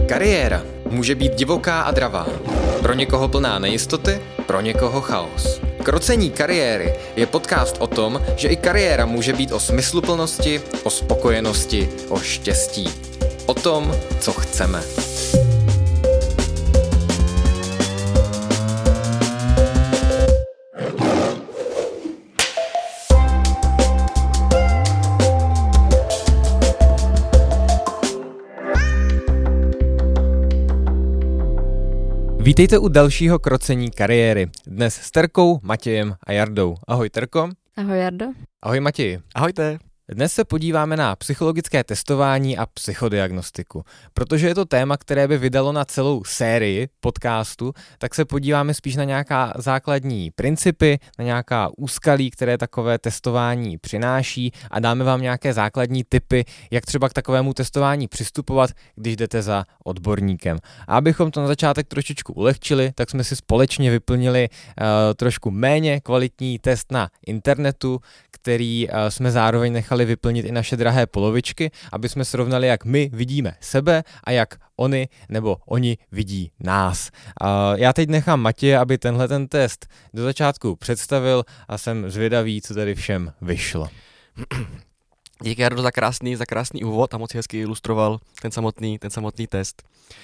Kariéra může být divoká a dravá. Pro někoho plná nejistoty, pro někoho chaos. Krocení kariéry je podcast o tom, že i kariéra může být o smysluplnosti, o spokojenosti, o štěstí. O tom, co chceme. Vítejte u dalšího krocení kariéry. Dnes s Terkou, Matějem a Jardou. Ahoj Terko. Ahoj Jardo. Ahoj Matěji. Ahojte. Dnes se podíváme na psychologické testování a psychodiagnostiku. Protože je to téma, které by vydalo na celou sérii podcastu, tak se podíváme spíš na nějaká základní principy, na nějaká úskalí, které takové testování přináší a dáme vám nějaké základní tipy, jak třeba k takovému testování přistupovat, když jdete za odborníkem. A abychom to na začátek trošičku ulehčili, tak jsme si společně vyplnili trošku méně kvalitní test na internetu, který jsme zároveň nechali vyplnit i naše drahé polovičky, aby jsme srovnali, jak my vidíme sebe a jak oni vidí nás. Já teď nechám Matěje, aby tenhle ten test do začátku představil a jsem zvědavý, co tady všem vyšlo. Díky Jardo za krásný úvod a moc hezky ilustroval ten samotný test.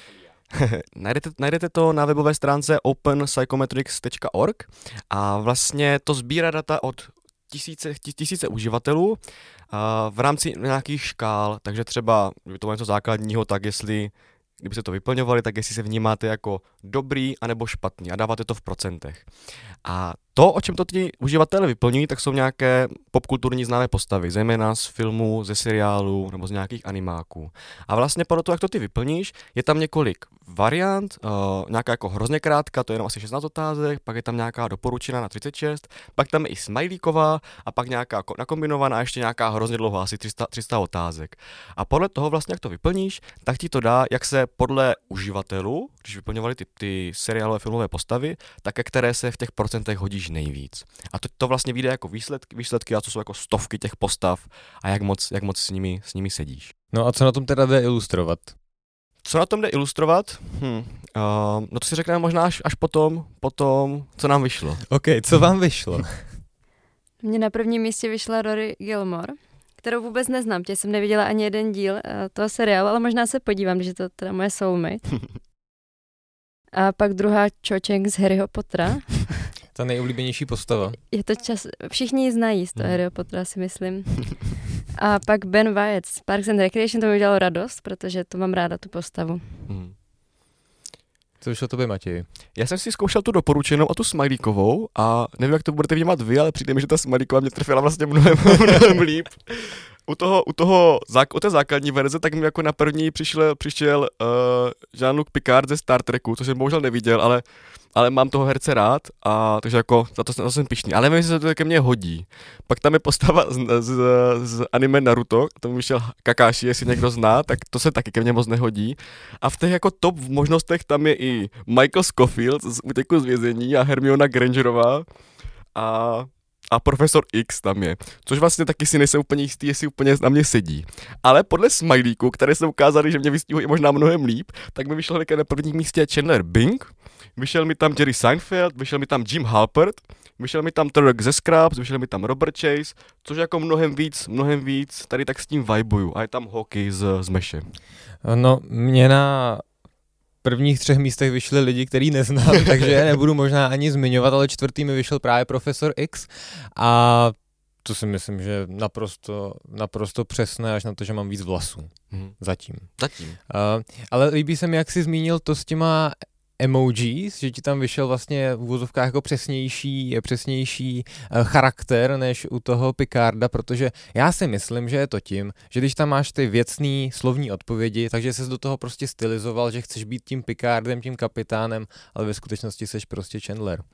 Najdete to na webové stránce openpsychometrics.org a vlastně to sbírá data od tisíce uživatelů v rámci nějakých škál, takže třeba, kdyby to bylo něco základního, tak kdyby se to vyplňovali, tak jestli se vnímáte jako dobrý anebo špatný a dáváte to v procentech. A to, o čem to ti uživatelé vyplňují, tak jsou nějaké popkulturní známé postavy, zejména z filmů, ze seriálů nebo z nějakých animáků. A vlastně podle toho, jak to ty vyplníš, je tam několik variant, nějaká jako hrozně krátká, to je jenom asi 16 otázek, pak je tam nějaká doporučená na 36, pak tam je i smajlíková a pak nějaká nakombinovaná a ještě nějaká hrozně dlouhá, asi 300 otázek. A podle toho vlastně, jak to vyplníš, tak ti to dá, jak se podle uživatelů, když vyplňovali ty seriálové filmové postavy, tak které se v těch procentech hodíš nejvíc. A to vlastně vyjde jako výsledky a to jsou jako stovky těch postav a jak moc s nimi sedíš. No a co na tom teda jde ilustrovat? Co na tom jde ilustrovat? No to si řekneme možná až potom, co nám vyšlo. OK, co vám vyšlo? Mně na prvním místě vyšla Rory Gilmore, kterou vůbec neznám, tě jsem neviděla ani jeden díl toho seriálu, ale možná se podívám, když je to teda moje soulmate. A pak druhá Cho Chang z Harryho Pottera. Ta nejoblíbenější postava. Je to všichni ji znají z toho Harryho Pottera, si myslím. A pak Ben Wyatt z Parks and Recreation, to mi udělalo radost, protože to mám ráda, tu postavu. Co vyšlo tobě, Matěji? Já jsem si zkoušel tu doporučenou a tu smajlíkovou a nevím, jak to budete vnímat vy, ale přijde mi, že ta smajlíková mě trefila vlastně mnohem líp. U té základní verze, tak mi jako na první přišel Jean-Luc Picard ze Star Treku, což jsem bohužel neviděl, ale mám toho herce rád, a takže jako za to jsem pyšný. Ale nevím, jestli se to ke mně hodí. Pak tam je postava z anime Naruto, to mi vyšel Kakashi, jestli někdo zná, tak to se taky ke mně moc nehodí. A v těch jako top možnostech tam je i Michael Scofield z Útěku z vězení a Hermiona Grangerová a profesor X tam je, což vlastně taky si nejsem úplně jistý, jestli úplně na mě sedí. Ale podle smajlíku, které se ukázaly, že mě vystihují možná mnohem líp, tak mi vyšel na prvním místě Chandler Bing, vyšel mi tam Jerry Seinfeld, vyšel mi tam Jim Halpert, vyšel mi tam Turk ze Scrubs, vyšel mi tam Robert Chase, což jako mnohem víc tady tak s tím vibuju. A je tam Hockey z Meše. No, mě na prvních 3 místech vyšli lidi, který neznám, takže je nebudu možná ani zmiňovat, ale 4. mi vyšel právě profesor X a to si myslím, že naprosto přesné, až na to, že mám víc vlasů. Zatím. Ale líbí se mi, jak jsi zmínil to s těma emojis, že ti tam vyšel vlastně v uvozovkách jako přesnější charakter než u toho Picarda, protože já si myslím, že je to tím, že když tam máš ty věcný slovní odpovědi, takže ses do toho prostě stylizoval, že chceš být tím Picardem, tím kapitánem, ale ve skutečnosti seš prostě Chandler.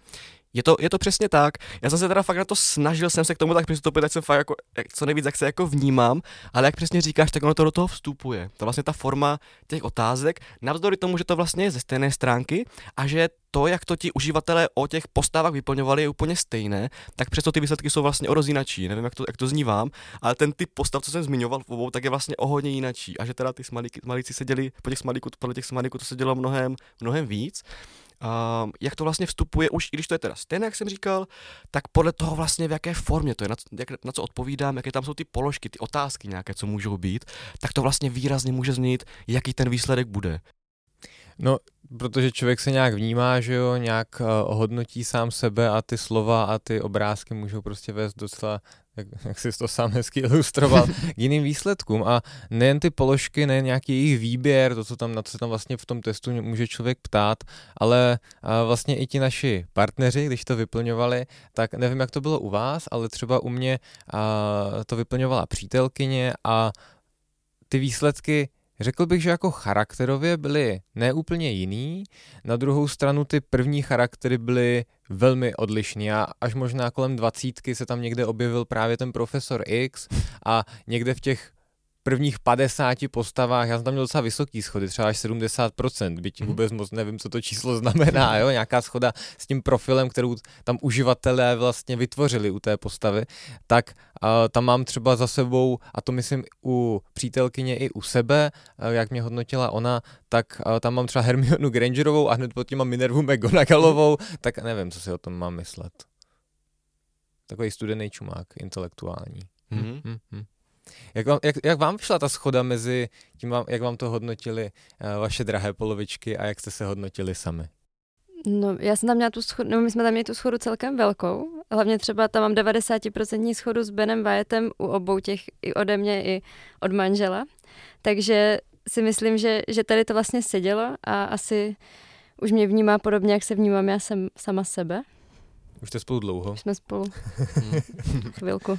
Je to přesně tak. Já jsem se teda fakt na to snažil jsem se k tomu tak přistoupit, ať jsem fakt jako, co nejvíc, jak se jako vnímám, ale jak přesně říkáš, tak ono to do toho vstupuje. To vlastně ta forma těch otázek, navzdory tomu, že to vlastně je ze stejné stránky a že to, jak to ti uživatelé o těch postavách vyplňovali, je úplně stejné, tak přesto ty výsledky jsou vlastně o roz jinačí. Nevím, jak to zní vám, ale ten typ postav, co jsem zmiňoval v obou, tak je vlastně o hodně jinačí. A že teda ty smajlíci seděli, podle těch smajlíků to se dělo mnohem víc. Jak to vlastně vstupuje, už i když to je teda stejné, jak jsem říkal, tak podle toho vlastně v jaké formě to je, na co odpovídám, jaké tam jsou ty položky, ty otázky nějaké, co můžou být, tak to vlastně výrazně může změnit, jaký ten výsledek bude. No, protože člověk se nějak vnímá, že jo, nějak ohodnotí sám sebe a ty slova a ty obrázky můžou prostě vést docela, jak jsi to sám hezky ilustroval, k jiným výsledkům. A nejen ty položky, nejen nějaký jejich výběr, na co se tam vlastně v tom testu může člověk ptát, ale vlastně i ti naši partneři, když to vyplňovali, tak nevím, jak to bylo u vás, ale třeba u mě to vyplňovala přítelkyně a ty výsledky řekl bych, že jako charakterově byly neúplně jiný, na druhou stranu ty první charaktery byly velmi odlišný a až možná kolem 20 se tam někde objevil právě ten profesor X a někde v těch prvních 50 postavách, já jsem tam měl docela vysoký schody, třeba až 70%, byť vůbec moc nevím, co to číslo znamená, jo? Nějaká schoda s tím profilem, kterou tam uživatelé vlastně vytvořili u té postavy, tak tam mám třeba za sebou, a to myslím u přítelkyně i u sebe, jak mě hodnotila ona, tak tam mám třeba Hermionu Grangerovou a hned pod tím mám Minervu McGonagallovou, tak nevím, co si o tom mám myslet. Takový studený čumák, intelektuální. Jak vám vyšla ta shoda mezi tím, jak vám to hodnotili vaše drahé polovičky a jak jste se hodnotili sami? No, já jsem tam měla my jsme tam měli tu schodu celkem velkou. Hlavně třeba tam mám 90% schodu s Benem Wyattem u obou těch, i ode mě, i od manžela. Takže si myslím, že tady to vlastně sedělo a asi už mě vnímá podobně, jak se vnímám já sama sebe. Už jste spolu dlouho? Už jsme spolu chvilku.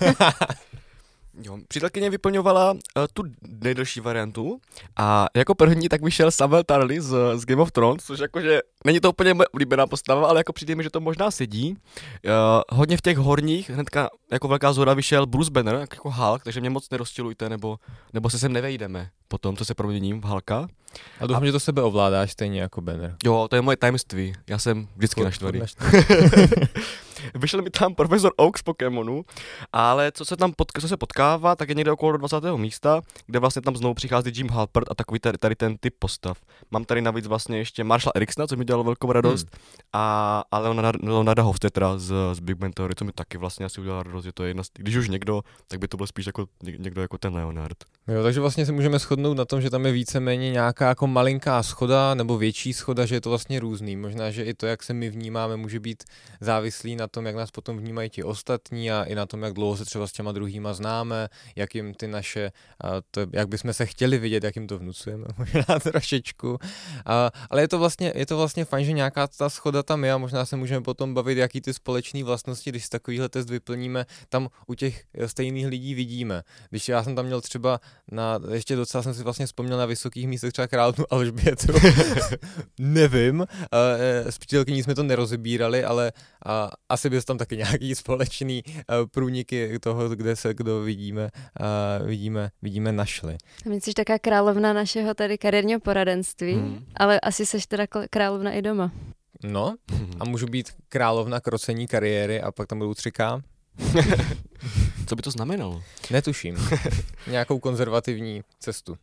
Jo, přítelkyně vyplňovala tu nejdelší variantu a jako první tak vyšel Samuel Tarly z Game of Thrones, což jakože není to úplně moje oblíbená postava, ale jako přijde mi, že to možná sedí. Hodně v těch horních, hnedka jako velká zhoda vyšel Bruce Banner, jako Hulk, takže mě moc nerozčilujte, nebo se sem nevejdeme potom, co se proměním v Hulka. A doufám, že to sebe ovládáš stejně jako Banner. Jo, to je moje tajemství, já jsem vždycky naštvaný. Vyšel mi tam profesor Oak z Pokémonu, ale co se potkává, tak je někde okolo 20. místa, kde vlastně tam znovu přichází Jim Halpert a takový tady ten typ postav. Mám tady navíc vlastně ještě Marshalla Eriksona, co mi dělalo velkou radost, a Leonarda Hofstettera z Big Bang Theory, co mi taky vlastně asi udělalo radost, že to je jedna když už někdo, tak by to byl spíš jako někdo jako ten Leonard. Jo, takže vlastně se můžeme shodnout na tom, že tam je víceméně nějaká jako malinká schoda nebo větší schoda, že je to vlastně různý. Možná, že i to, jak se my vnímáme, může být závislý na tom, jak nás potom vnímají ti ostatní a i na tom, jak dlouho se třeba s těma druhýma známe, jak jim ty naše, jak bychom se chtěli vidět, jak jim to vnucujeme, možná trošičku. Ale je to vlastně fajn, že nějaká ta schoda tam je a možná se můžeme potom bavit, jaký ty společné vlastnosti, když takovýhle test vyplníme, tam u těch stejných lidí vidíme. Když já jsem tam měl třeba ještě docela jsem si vlastně vzpomněl na vysokých místech třeba královnu Alžbětu. Nevím, s přítelkyní jsme to nerozebírali, ale asi bys tam taky nějaký společný průniky toho, kde se kdo vidíme našli. Ty jsi taká královna našeho tady kariérního poradenství, ale asi seš teda královna i doma. No, a můžu být královna krocení kariéry a pak tam budou 3K? Co by to znamenalo? Netuším. Nějakou konzervativní cestu.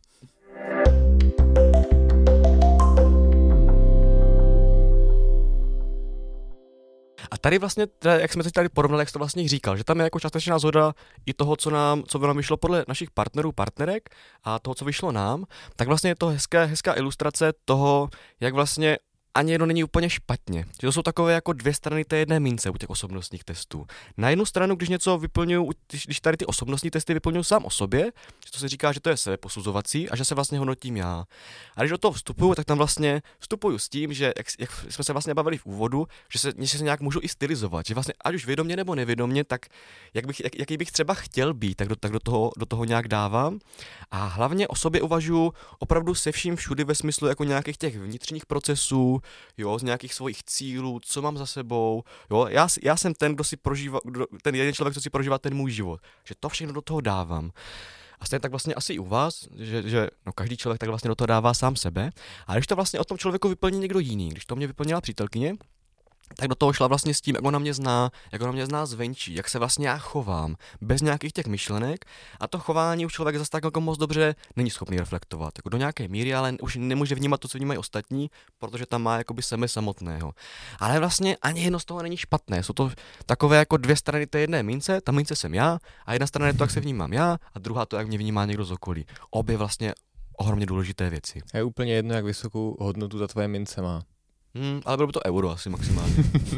A tady vlastně, jak jsme teď tady porovnali, jak jsi to vlastně říkal, že tam je jako částečná zhoda i toho, co nám vyšlo podle našich partnerů, partnerek a toho, co vyšlo nám, tak vlastně je to hezká ilustrace toho, jak vlastně ani jedno není úplně špatně. Že to jsou takové jako dvě strany té jedné mince u těch osobnostních testů. Na jednu stranu, když něco vyplňuju, když tady ty osobnostní testy vyplňuju sám o sobě, že to se říká, že to je sebeposuzovací a že se vlastně hodnotím já. A když do toho vstupuju, tak tam vlastně vstupuju s tím, že jak jsme se vlastně bavili v úvodu, že se nějak můžu i stylizovat, že vlastně ať už vědomě nebo nevědomě, tak jaký bych třeba chtěl být, tak do toho nějak dávám. A hlavně o sobě uvažuji opravdu se vším všudy ve smyslu jako nějakých těch vnitřních procesů, vycházím jo, z nějakých svých cílů, co mám za sebou. Jo, já jsem ten, kdo si prožívá, ten jeden člověk, co si prožívá ten můj život. Že to všechno do toho dávám. A stejně tak vlastně asi i u vás, že no, každý člověk tak vlastně do toho dává sám sebe. A když to vlastně o tom člověku vyplní někdo jiný, když to mě vyplnila přítelkyně, tak do toho šla vlastně s tím, jak ona mě zná zvenčí, jak se vlastně já chovám, bez nějakých těch myšlenek a to chování už člověk zase tak jako moc dobře není schopný reflektovat, jako do nějaké míry, ale už nemůže vnímat to, co vnímají ostatní, protože tam má jakoby sebe samotného. Ale vlastně ani jedno z toho není špatné, jsou to takové jako dvě strany té jedné mince, ta mince jsem já a jedna strana je to, jak se vnímám já a druhá to, jak mě vnímá někdo z okolí. Obě vlastně ohromně důležité věci. Je úplně jedno, jak vysokou hodnotu ta tvoje mince má. Ale bylo by to euro asi maximálně.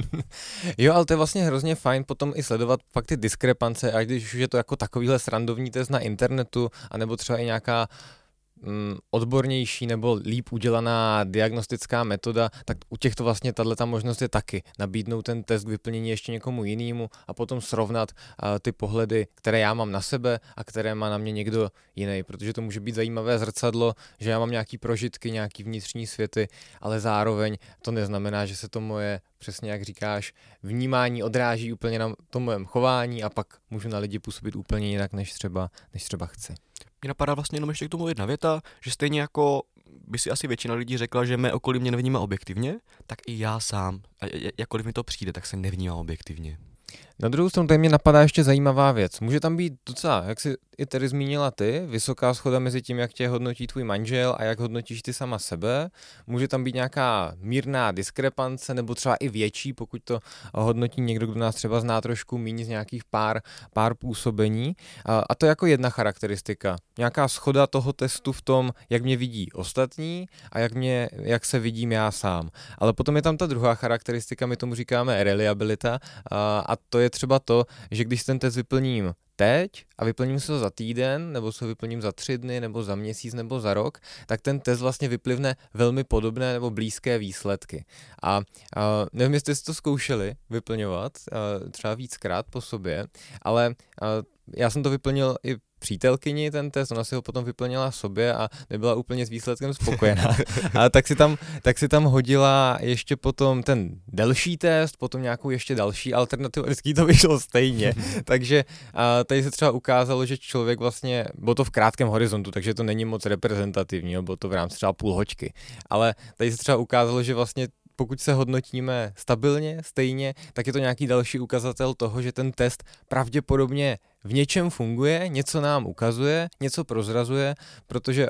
Jo, ale to je vlastně hrozně fajn potom i sledovat fakt ty diskrepance, a když už je to jako takovýhle srandovní test na internetu, anebo třeba i nějaká odbornější nebo líp udělaná diagnostická metoda, tak u těchto vlastně tato možnost je taky nabídnout ten test k vyplnění ještě někomu jinému a potom srovnat ty pohledy, které já mám na sebe a které má na mě někdo jiný, protože to může být zajímavé zrcadlo, že já mám nějaký prožitky, nějaký vnitřní světy, ale zároveň to neznamená, že se to moje, přesně jak říkáš, vnímání odráží úplně na tom mém chování a pak můžu na lidi působit úplně jinak, než třeba chci. Mě napadá vlastně jenom ještě k tomu jedna věta, že stejně jako by si asi většina lidí řekla, že mé okolí mě nevnímá objektivně, tak i já sám, jakkoliv mi to přijde, tak se nevnímá objektivně. Na druhou stranu tady mě napadá ještě zajímavá věc. Může tam být docela, jak jsi i tady zmínila ty, vysoká shoda mezi tím, jak tě hodnotí tvůj manžel a jak hodnotíš ty sama sebe. Může tam být nějaká mírná diskrepance nebo třeba i větší, pokud to hodnotí někdo, kdo nás třeba zná trošku míň z nějakých pár působení. A to jako jedna charakteristika. Nějaká shoda toho testu v tom, jak mě vidí ostatní a jak se vidím já sám. Ale potom je tam ta druhá charakteristika, my tomu říkáme reliabilita, a to je třeba to, že když ten test vyplním teď a vyplním se ho za týden, nebo se ho vyplním za 3 dny, nebo za měsíc, nebo za rok, tak ten test vlastně vyplivne velmi podobné nebo blízké výsledky. A nevím, jestli jste to zkoušeli vyplňovat, třeba víckrát po sobě, ale já jsem to vyplnil i přítelkyni ten test, ona si ho potom vyplnila sobě a nebyla úplně s výsledkem spokojená. A tak si tam hodila ještě potom ten delší test, potom nějakou ještě další alternativu, vždycky to vyšlo stejně. Takže tady se třeba ukázalo, že člověk vlastně, bylo to v krátkém horizontu, takže to není moc reprezentativní, bylo to v rámci třeba půl hoďky. Ale tady se třeba ukázalo, že vlastně pokud se hodnotíme stabilně, stejně, tak je to nějaký další ukazatel toho, že ten test pravděpodobně v něčem funguje, něco nám ukazuje, něco prozrazuje, protože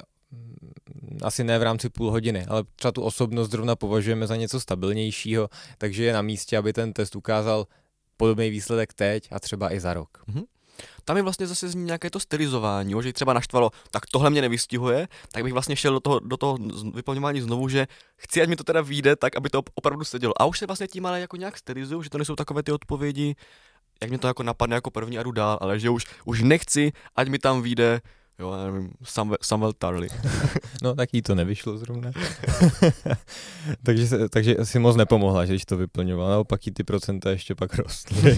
asi ne v rámci půl hodiny, ale třeba tu osobnost zrovna považujeme za něco stabilnějšího, takže je na místě, aby ten test ukázal podobný výsledek teď a třeba i za rok. Mhm. Tam je vlastně zase zní nějaké to stylizování, že třeba naštvalo, tak tohle mě nevystihuje, tak bych vlastně šel do toho vyplňování znovu, že chci, ať mi to teda vyjde tak, aby to opravdu sedělo. A už se vlastně tím ale jako nějak stylizuju, že to nejsou takové ty odpovědi, jak mě to jako napadne jako první a jdu dál, ale že už nechci, ať mi tam vyjde, jo, já nevím, Samuel Tarly. No, tak jí to nevyšlo zrovna. takže si moc nepomohla, že když to vyplňovala, naopak jí ty procenta ještě pak rostly.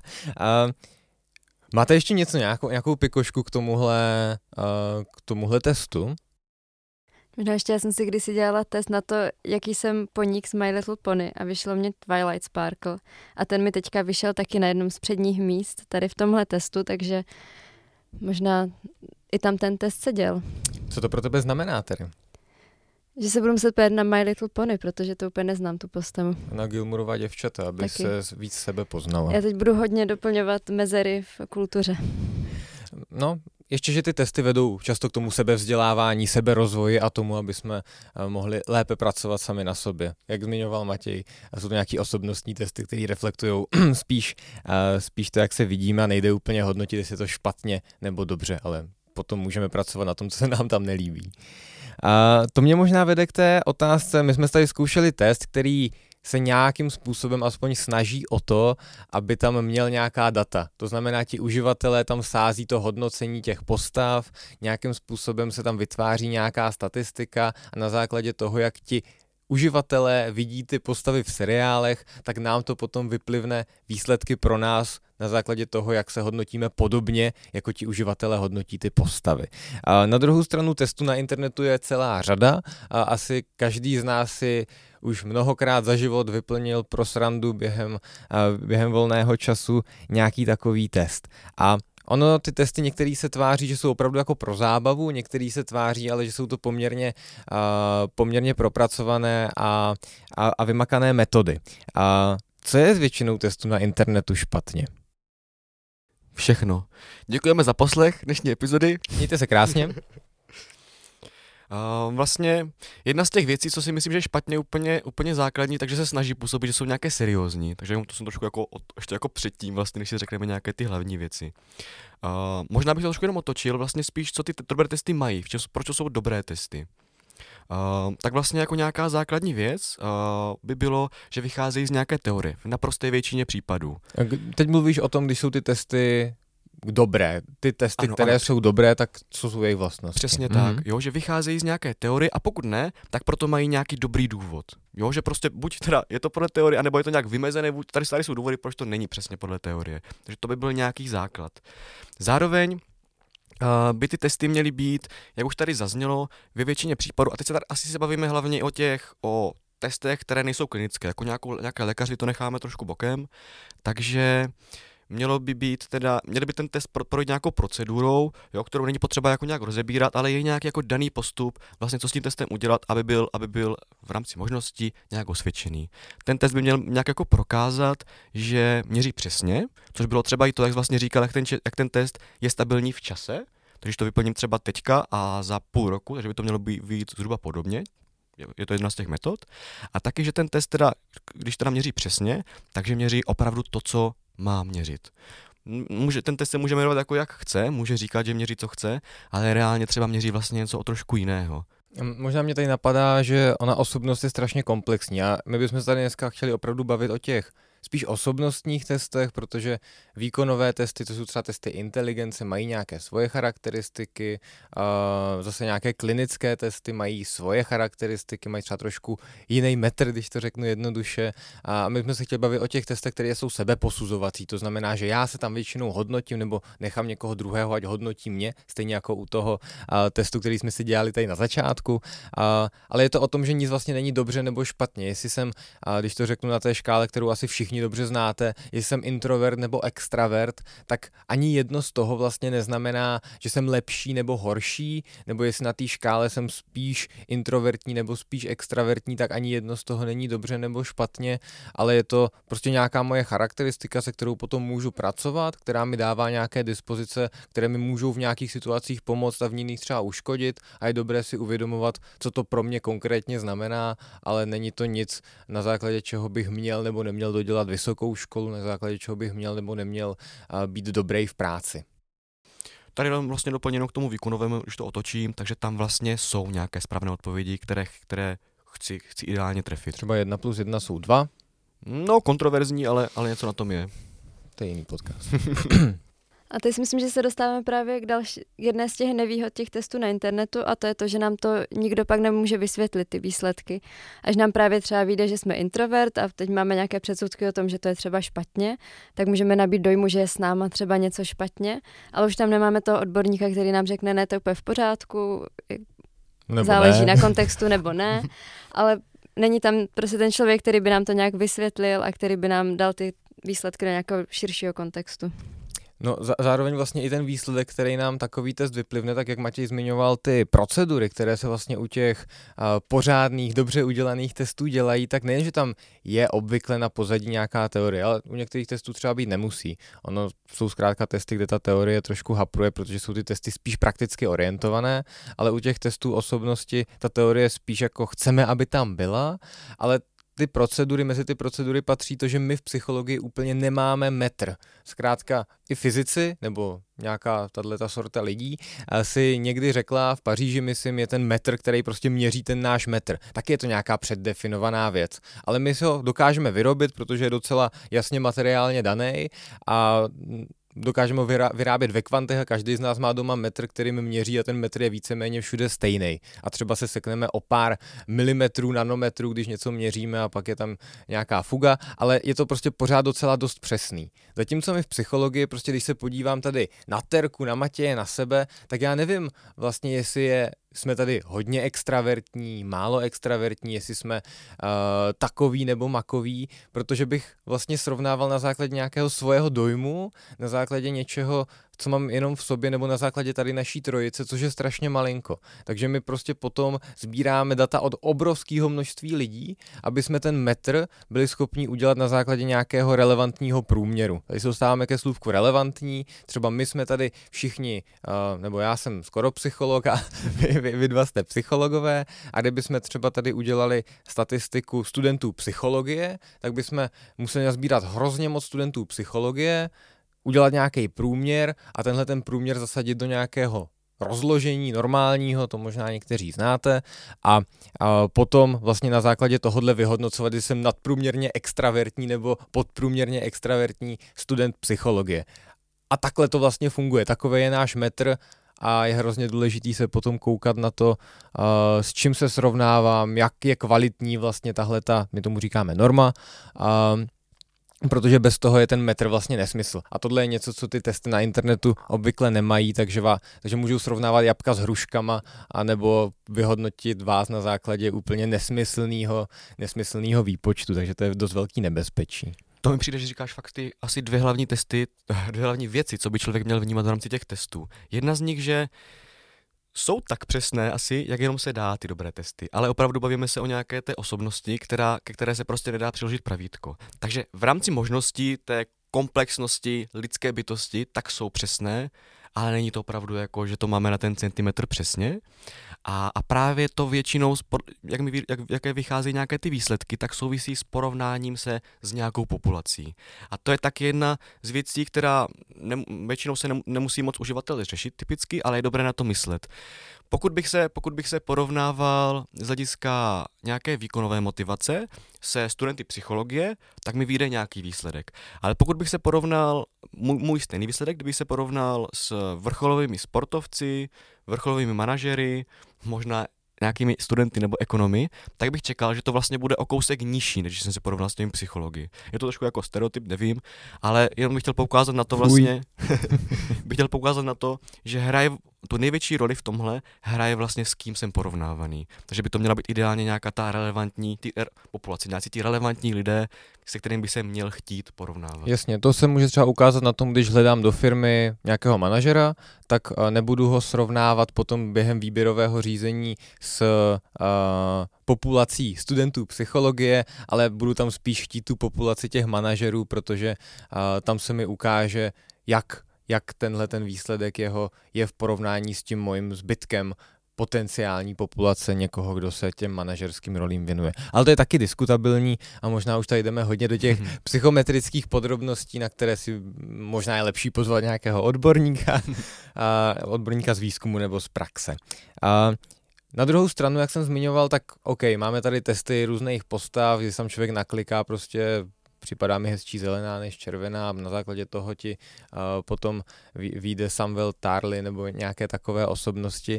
Máte ještě něco, nějakou pikošku k tomuhle testu? Možná ještě já jsem si kdysi dělala test na to, jaký jsem poník z My Little Pony a vyšlo mě Twilight Sparkle. A ten mi teďka vyšel taky na jednom z předních míst tady v tomhle testu, takže možná i tam ten test seděl. Co to pro tebe znamená tedy? Že se budu muset pět na My Little Pony, protože to úplně neznám, tu postavu. Na Gilmourova děvčata, aby taky se víc sebe poznala. Já teď budu hodně doplňovat mezery v kultuře. No, ještě, že ty testy vedou často k tomu sebevzdělávání, seberozvoji a tomu, aby jsme mohli lépe pracovat sami na sobě. Jak zmiňoval Matěj, jsou to nějaký osobnostní testy, které reflektují spíš to, jak se vidíme a nejde úplně hodnotit, jestli je to špatně nebo dobře, ale potom můžeme pracovat na tom, co se nám tam nelíbí. A to mě možná vede k té otázce, my jsme tady zkoušeli test, který se nějakým způsobem aspoň snaží o to, aby tam měl nějaká data. To znamená, ti uživatelé tam sází to hodnocení těch postav, nějakým způsobem se tam vytváří nějaká statistika a na základě toho, jak ti uživatelé vidí ty postavy v seriálech, tak nám to potom vyplivne výsledky pro nás na základě toho, jak se hodnotíme podobně, jako ti uživatelé hodnotí ty postavy. A na druhou stranu testů na internetu je celá řada a asi každý z nás si už mnohokrát za život vyplnil pro srandu během volného času nějaký takový test. A ono, ty testy některý se tváří, že jsou opravdu jako pro zábavu, některý se tváří, ale že jsou to poměrně propracované a vymakané metody. A co je s většinou testů na internetu špatně? Všechno. Děkujeme za poslech dnešní epizody. Mějte se krásně. Vlastně jedna z těch věcí, co si myslím, že je špatně úplně základní, takže se snaží působit, že jsou nějaké seriózní. Takže to jsem trošku ještě jako předtím, vlastně, než si řekneme nějaké ty hlavní věci. Možná bych to trošku jenom otočil, vlastně spíš, co ty dobré testy mají, proč jsou dobré testy. Tak vlastně jako nějaká základní věc by bylo, že vycházejí z nějaké teorie, v naprosté většině případů. Teď mluvíš o tom, když jsou ty testy dobré. Ty testy, které jsou dobré, tak co jsou jejich vlastnosti? Přesně tak, jo, že vycházejí z nějaké teorie a pokud ne, tak proto mají nějaký dobrý důvod. Jo, že prostě buď teda je to podle teorie, anebo je to nějak vymezené, tady jsou důvody, proč to není přesně podle teorie. Takže to by byl nějaký základ. Zároveň by ty testy měly být, jak už tady zaznělo, ve většině případů, a teď asi se bavíme hlavně o testech, které nejsou klinické, jako nějaké lékaři to necháme trošku bokem, takže měli by ten test projít nějakou procedurou, jo, kterou není potřeba jako nějak rozebírat, ale je nějaký jako daný postup, vlastně co s tím testem udělat, aby byl v rámci možností nějak osvědčený. Ten test by měl nějak jako prokázat, že měří přesně, což bylo třeba i to, jak vlastně říkal, jak ten test je stabilní v čase, takže to vyplním třeba teďka a za půl roku, takže by to mělo být zhruba podobně. Je to jedna z těch metod. A taky, že ten test když měří přesně, takže měří opravdu to, co má měřit. Ten test se může jmenovat jako jak chce, může říkat, že měří co chce, ale reálně třeba měří vlastně něco o trošku jiného. Možná mě tady napadá, že ona osobnost je strašně komplexní a my bychom se tady dneska chtěli opravdu bavit o těch spíš osobnostních testech, protože výkonové testy, to jsou třeba testy inteligence, mají nějaké svoje charakteristiky, zase nějaké klinické testy mají svoje charakteristiky, mají třeba trošku jiný metr, když to řeknu jednoduše. A my jsme se chtěli bavit o těch testech, které jsou sebeposuzovací, to znamená, že já se tam většinou hodnotím nebo nechám někoho druhého, ať hodnotí mě, stejně jako u toho testu, který jsme si dělali tady na začátku. Ale je to o tom, že nic vlastně není dobře nebo špatně. Jestli jsem, když to řeknu na té škále, kterou asi všichni dobře znáte, jestli jsem introvert nebo extravert, tak ani jedno z toho vlastně neznamená, že jsem lepší nebo horší, nebo jestli na té škále jsem spíš introvertní nebo spíš extravertní, tak ani jedno z toho není dobře nebo špatně, ale je to prostě nějaká moje charakteristika, se kterou potom můžu pracovat, která mi dává nějaké dispozice, které mi můžou v nějakých situacích pomoct a v jiných třeba uškodit a je dobré si uvědomovat, co to pro mě konkrétně znamená, ale není to nic, na základě čeho bych měl nebo neměl dodělat vysokou školu, na základě čeho bych měl nebo neměl být dobrý v práci. Tady vlastně doplněno k tomu výkonovému, když to otočím, takže tam vlastně jsou nějaké správné odpovědi, které chci ideálně trefit. Třeba 1+1 jsou 2. No, kontroverzní, ale něco na tom je. To je jiný podcast. A teď si myslím, že se dostáváme právě k jedné z těch nevýhod těch testů na internetu a to je to, že nám to nikdo pak nemůže vysvětlit ty výsledky. Až nám právě třeba vyjde, že jsme introvert a teď máme nějaké předsudky o tom, že to je třeba špatně, tak můžeme nabít dojmu, že je s náma třeba něco špatně, ale už tam nemáme toho odborníka, který nám řekne, ne, to je úplně v pořádku, nebo záleží ne. na kontextu nebo ne, ale není tam prostě ten člověk, který by nám to nějak vysvětlil a který by nám dal ty výsledky do nějakého širšího kontextu. No zároveň vlastně i ten výsledek, který nám takový test vyplivne, tak jak Matěj zmiňoval ty procedury, které se vlastně u těch pořádných, dobře udělaných testů dělají, tak nejen, že tam je obvykle na pozadí nějaká teorie, ale u některých testů třeba být nemusí. Ono jsou zkrátka testy, kde ta teorie trošku hapruje, protože jsou ty testy spíš prakticky orientované, ale u těch testů osobnosti ta teorie spíš jako chceme, aby tam byla, ale mezi ty procedury patří to, že my v psychologii úplně nemáme metr. Zkrátka i fyzici, nebo nějaká tato sorta lidí, si někdy řekla v Paříži, myslím, je ten metr, který prostě měří ten náš metr. Tak je to nějaká předdefinovaná věc. Ale my si ho dokážeme vyrobit, protože je docela jasně materiálně daný a dokážeme ho vyrábět ve kvantech a každý z nás má doma metr, který mi měří a ten metr je víceméně všude stejný. A třeba se sekneme o pár milimetrů, nanometrů, když něco měříme a pak je tam nějaká fuga, ale je to prostě pořád docela dost přesný. Zatímco my v psychologii, prostě když se podívám tady na Terku, na Matěje, na sebe, tak já nevím vlastně, jestli jsme tady hodně extravertní, málo extravertní, jestli jsme takový nebo makový, protože bych vlastně srovnával na základě nějakého svého dojmu, na základě něčeho, co mám jenom v sobě, nebo na základě tady naší trojice, což je strašně malinko. Takže my prostě potom sbíráme data od obrovského množství lidí, aby jsme ten metr byli schopni udělat na základě nějakého relevantního průměru. Tady se dostáváme ke slůvku relevantní, třeba my jsme tady všichni, nebo já jsem skoro psycholog a vy dva jste psychologové, a kdybychom třeba tady udělali statistiku studentů psychologie, tak bychom museli nazbírat hrozně moc studentů psychologie, udělat nějaký průměr a tenhle ten průměr zasadit do nějakého rozložení normálního, to možná někteří znáte, a potom vlastně na základě tohohle vyhodnocovat, jestli jsem nadprůměrně extravertní nebo podprůměrně extravertní student psychologie. A takhle to vlastně funguje, takový je náš metr a je hrozně důležitý se potom koukat na to, s čím se srovnávám, jak je kvalitní vlastně tahleta, my tomu říkáme norma, protože bez toho je ten metr vlastně nesmysl. A tohle je něco, co ty testy na internetu obvykle nemají, takže můžou srovnávat jabka s hruškama anebo vyhodnotit vás na základě úplně nesmyslného výpočtu, takže to je dost velký nebezpečí. To mi přijde, že říkáš fakt ty asi dvě hlavní věci, co by člověk měl vnímat v rámci těch testů. Jedna z nich, že jsou tak přesné asi, jak jenom se dá ty dobré testy, ale opravdu bavíme se o nějaké té osobnosti, ke které se prostě nedá přiložit pravítko. Takže v rámci možností té komplexnosti lidské bytosti tak jsou přesné, ale není to opravdu jako, že to máme na ten centimetr přesně. A právě to většinou, jaké vycházejí nějaké ty výsledky, tak souvisí s porovnáním se s nějakou populací. A to je tak jedna z věcí, která většinou se nemusí moc uživatel řešit typicky, ale je dobré na to myslet. Pokud bych se porovnával z hlediska nějaké výkonové motivace se studenty psychologie, tak mi vyjde nějaký výsledek. Ale pokud bych se porovnal, můj stejný výsledek, kdybych se porovnal s vrcholovými sportovci, vrcholovými manažery, možná nějakými studenty nebo ekonomy, tak bych čekal, že to vlastně bude o kousek nižší, než jsem se porovnal s těmi psychologii. Je to trošku jako stereotyp, nevím, ale jenom bych chtěl poukázat na to vlastně, že hraje tu největší roli v tomhle hraje vlastně s kým jsem porovnávaný. Takže by to měla být ideálně nějaká ta relevantní populace, nějaký ty relevantní lidé, se kterým by se měl chtít porovnávat. Jasně, to se může třeba ukázat na tom, když hledám do firmy nějakého manažera, tak nebudu ho srovnávat potom během výběrového řízení s populací studentů psychologie, ale budu tam spíš chtít tu populaci těch manažerů, protože tam se mi ukáže, jak tenhle ten výsledek jeho je v porovnání s tím mojím zbytkem potenciální populace někoho, kdo se těm manažerským rolím věnuje. Ale to je taky diskutabilní a možná už tady jdeme hodně do těch psychometrických podrobností, na které si možná je lepší pozvat nějakého odborníka z výzkumu nebo z praxe. Na druhou stranu, jak jsem zmiňoval, tak OK, máme tady testy různých postav, kdy tam člověk nakliká prostě připadá mi hezčí zelená než červená a na základě toho ti potom vyjde Samuel Tarly nebo nějaké takové osobnosti.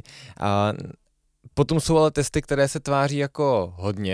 Potom jsou ale testy, které se tváří jako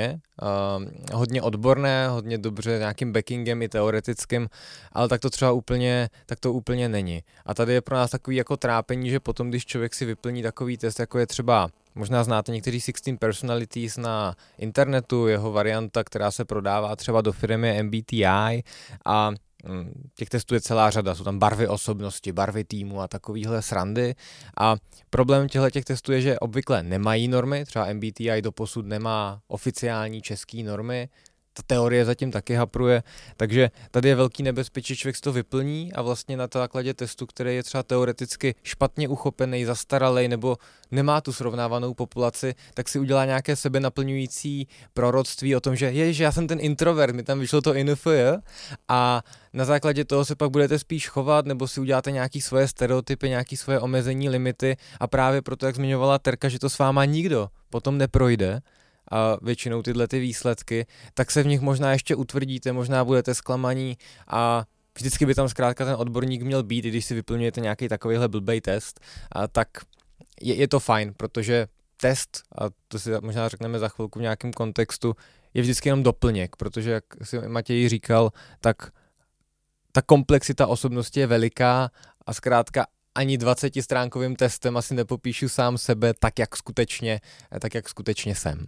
hodně odborné, hodně dobře nějakým backingem i teoretickým, ale tak to úplně není. A tady je pro nás takový jako trápení, že potom, když člověk si vyplní takový test, jako je třeba, možná znáte někteří 16 personalities na internetu, jeho varianta, která se prodává třeba do firmy je MBTI a těch testů je celá řada, jsou tam barvy osobnosti, barvy týmu a takovýhle srandy a problém těch testů je, že obvykle nemají normy, třeba MBTI doposud nemá oficiální český normy, ta teorie zatím taky hapruje, takže tady je velký nebezpečí, člověk si to vyplní a vlastně na základě testu, který je třeba teoreticky špatně uchopený, zastaralej nebo nemá tu srovnávanou populaci, tak si udělá nějaké sebenaplňující proroctví o tom, že já jsem ten introvert, mi tam vyšlo to INFJ a na základě toho se pak budete spíš chovat nebo si uděláte nějaký svoje stereotypy, nějaký svoje omezení, limity a právě proto, jak zmiňovala Terka, že to s váma nikdo potom neprojde, a většinou tyhle ty výsledky, tak se v nich možná ještě utvrdíte, možná budete zklamaní a vždycky by tam zkrátka ten odborník měl být, i když si vyplňujete nějaký takovýhle blbej test, tak je to fajn, protože test, a to si možná řekneme za chvilku v nějakém kontextu, je vždycky jenom doplněk, protože jak si Matěj říkal, tak ta komplexita osobnosti je veliká a zkrátka ani 20stránkovým testem asi nepopíšu sám sebe tak, jak skutečně jsem.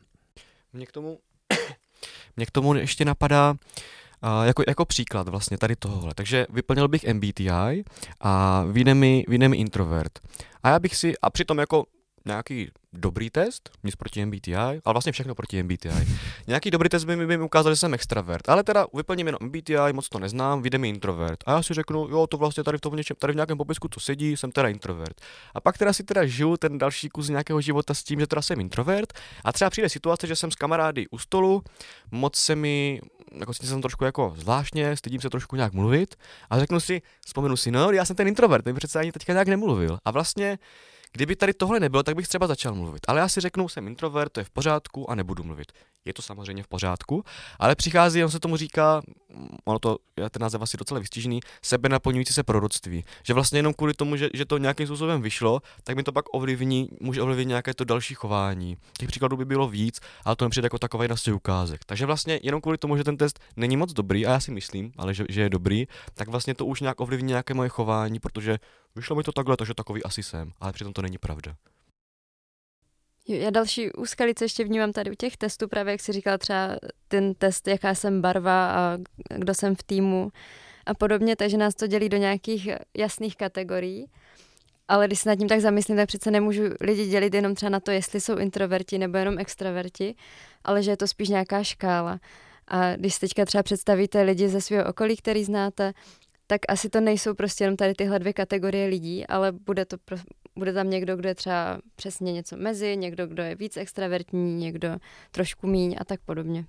Mě k tomu ještě napadá jako příklad vlastně tady tohohle. Takže vyplnil bych MBTI a vyjde mi introvert. A já bych si, a přitom jako nějaký dobrý test, nic proti MBTI, ale vlastně všechno proti MBTI. Nějaký dobrý test by mi ukázal, že jsem extravert, ale teda vyplním jenom MBTI, moc to neznám, vyjde mi introvert. A já si řeknu, jo, to vlastně tady v nějakém popisku to sedí, jsem teda introvert. A pak teda si žiju ten další kus nějakého života s tím, že teda jsem introvert a třeba přijde situace, že jsem s kamarády u stolu, moc se mi, jako jsem trošku jako zvláštně, stydím se trošku nějak mluvit a vzpomenu si, no, já jsem ten introvert, ten přece ani teďka nějak nemluvil. A vlastně kdyby tady tohle nebylo, tak bych třeba začal mluvit. Ale já si řeknu, jsem introvert, to je v pořádku a nebudu mluvit. Je to samozřejmě v pořádku, ale přichází, on se tomu říká, ten název asi docela vystižený, sebenaplňující se proroctví. Že vlastně jenom kvůli tomu, že to nějakým způsobem vyšlo, tak mi to pak může ovlivnit nějaké to další chování. Těch příkladů by bylo víc, ale to nepřijde jako takový na ukázek. Takže vlastně jenom kvůli tomu, že ten test není moc dobrý, a já si myslím, ale že je dobrý, tak vlastně to už nějak ovlivní nějaké moje chování, protože vyšlo mi to takhle, takže takový asi jsem, ale přitom to není pravda. Já další úskalí, co ještě vnímám tady u těch testů, právě jak jsi říkal třeba ten test, jaká jsem barva a kdo jsem v týmu a podobně, takže nás to dělí do nějakých jasných kategorií. Ale když se nad tím tak zamyslím, tak přece nemůžu lidi dělit jenom třeba na to, jestli jsou introverti nebo jenom extraverti, ale že je to spíš nějaká škála. A když si teďka třeba představíte lidi ze svého okolí, který znáte, tak asi to nejsou prostě jenom tady tyhle dvě kategorie lidí, ale bude tam někdo, kdo je třeba přesně něco mezi, někdo, kdo je víc extravertní, někdo trošku míň a tak podobně.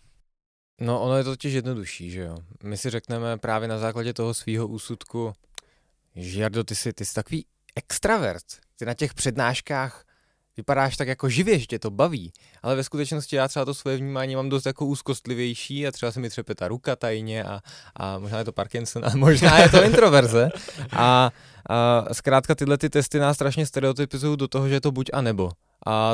No ono je to totiž jednodušší, že jo. My si řekneme právě na základě toho svýho úsudku, že Jardo, ty jsi takový extravert. Ty na těch přednáškách vypadáš tak jako živě, že tě to baví, ale ve skutečnosti já třeba to svoje vnímání mám dost jako úzkostlivější a třeba se mi třepe ta ruka tajně a možná je to Parkinson a možná je to introverze a zkrátka tyhle ty testy nás strašně stereotypizují do toho, že je to buď a nebo. A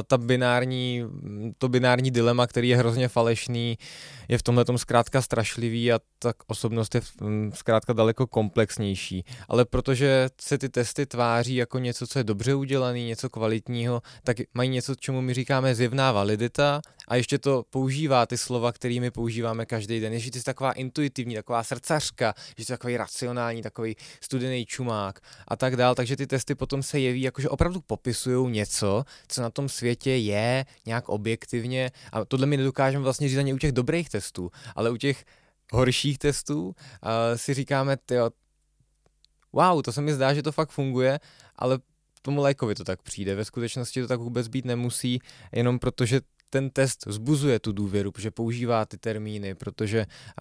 to binární dilema, který je hrozně falešný, je v tomhletom zkrátka strašlivý a tak osobnost je zkrátka daleko komplexnější. Ale protože se ty testy tváří jako něco, co je dobře udělaný, něco kvalitního, tak mají něco, čemu my říkáme zjevná validita a ještě to používá ty slova, kterými používáme každý den. Ježi, ty jsi taková intuitivní, taková srdcařka, že jsi takový racionální, takový studený čumák a tak dál. Takže ty testy potom se jeví, jakože opravdu popisují něco, co na tom světě je nějak objektivně a tohle my nedokážeme vlastně říct ani u těch dobrých testů, ale u těch horších testů si říkáme, wow, to se mi zdá, že to fakt funguje, ale tomu lajkovi to tak přijde. Ve skutečnosti to tak vůbec být nemusí, jenom protože ten test vzbuzuje tu důvěru, protože používá ty termíny, protože